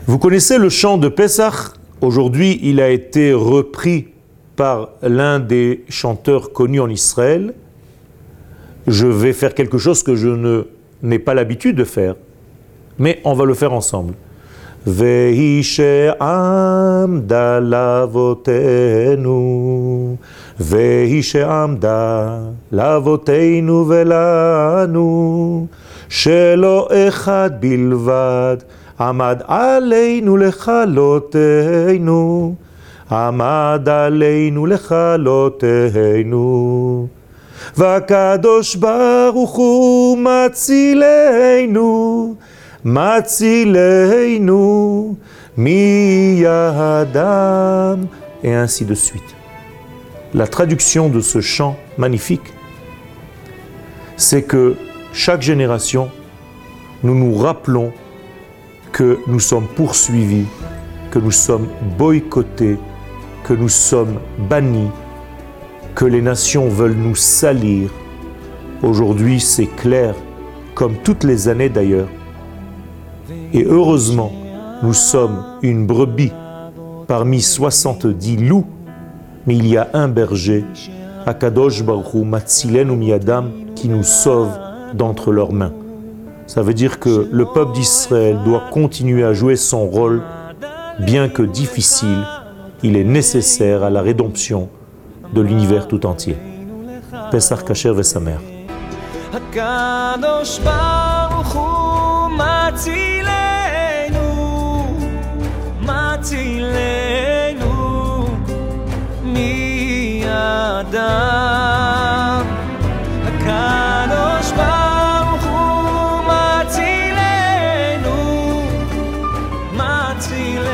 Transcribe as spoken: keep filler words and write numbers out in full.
Vous connaissez le chant de Pesach. Aujourd'hui, il a été repris par l'un des chanteurs connus en Israël. Je vais faire quelque chose que je ne, n'ai pas l'habitude de faire, mais on va le faire ensemble. Vehi she'amda lavotenu, vehi she'amda lavotenu velanu, shelo echad bilvad, amad aleinu lechalotenu, amad aleinu lechalotenu. והקדוש ברוך הוא מצילנו, מצילנו מידם, et ainsi de suite. La traduction de ce chant magnifique, c'est que chaque génération, nous nous rappelons que nous sommes poursuivis, que nous sommes boycottés, que nous sommes bannis, que les nations veulent nous salir. Aujourd'hui, c'est clair, comme toutes les années d'ailleurs. Et heureusement, nous sommes une brebis parmi soixante-dix loups, mais il y a un berger, Akadosh Baruch Hu Matzilenu Miyadam, qui nous sauve d'entre leurs mains. Ça veut dire que le peuple d'Israël doit continuer à jouer son rôle, bien que difficile, il est nécessaire à la rédemption de l'univers tout entier. Pesach Kasher Vesamer. Hakadosh Baruch Hu Matzilenu, Matzilenu mi'adam. Hakadosh Baruch Hu Matzilenu, Matzilenu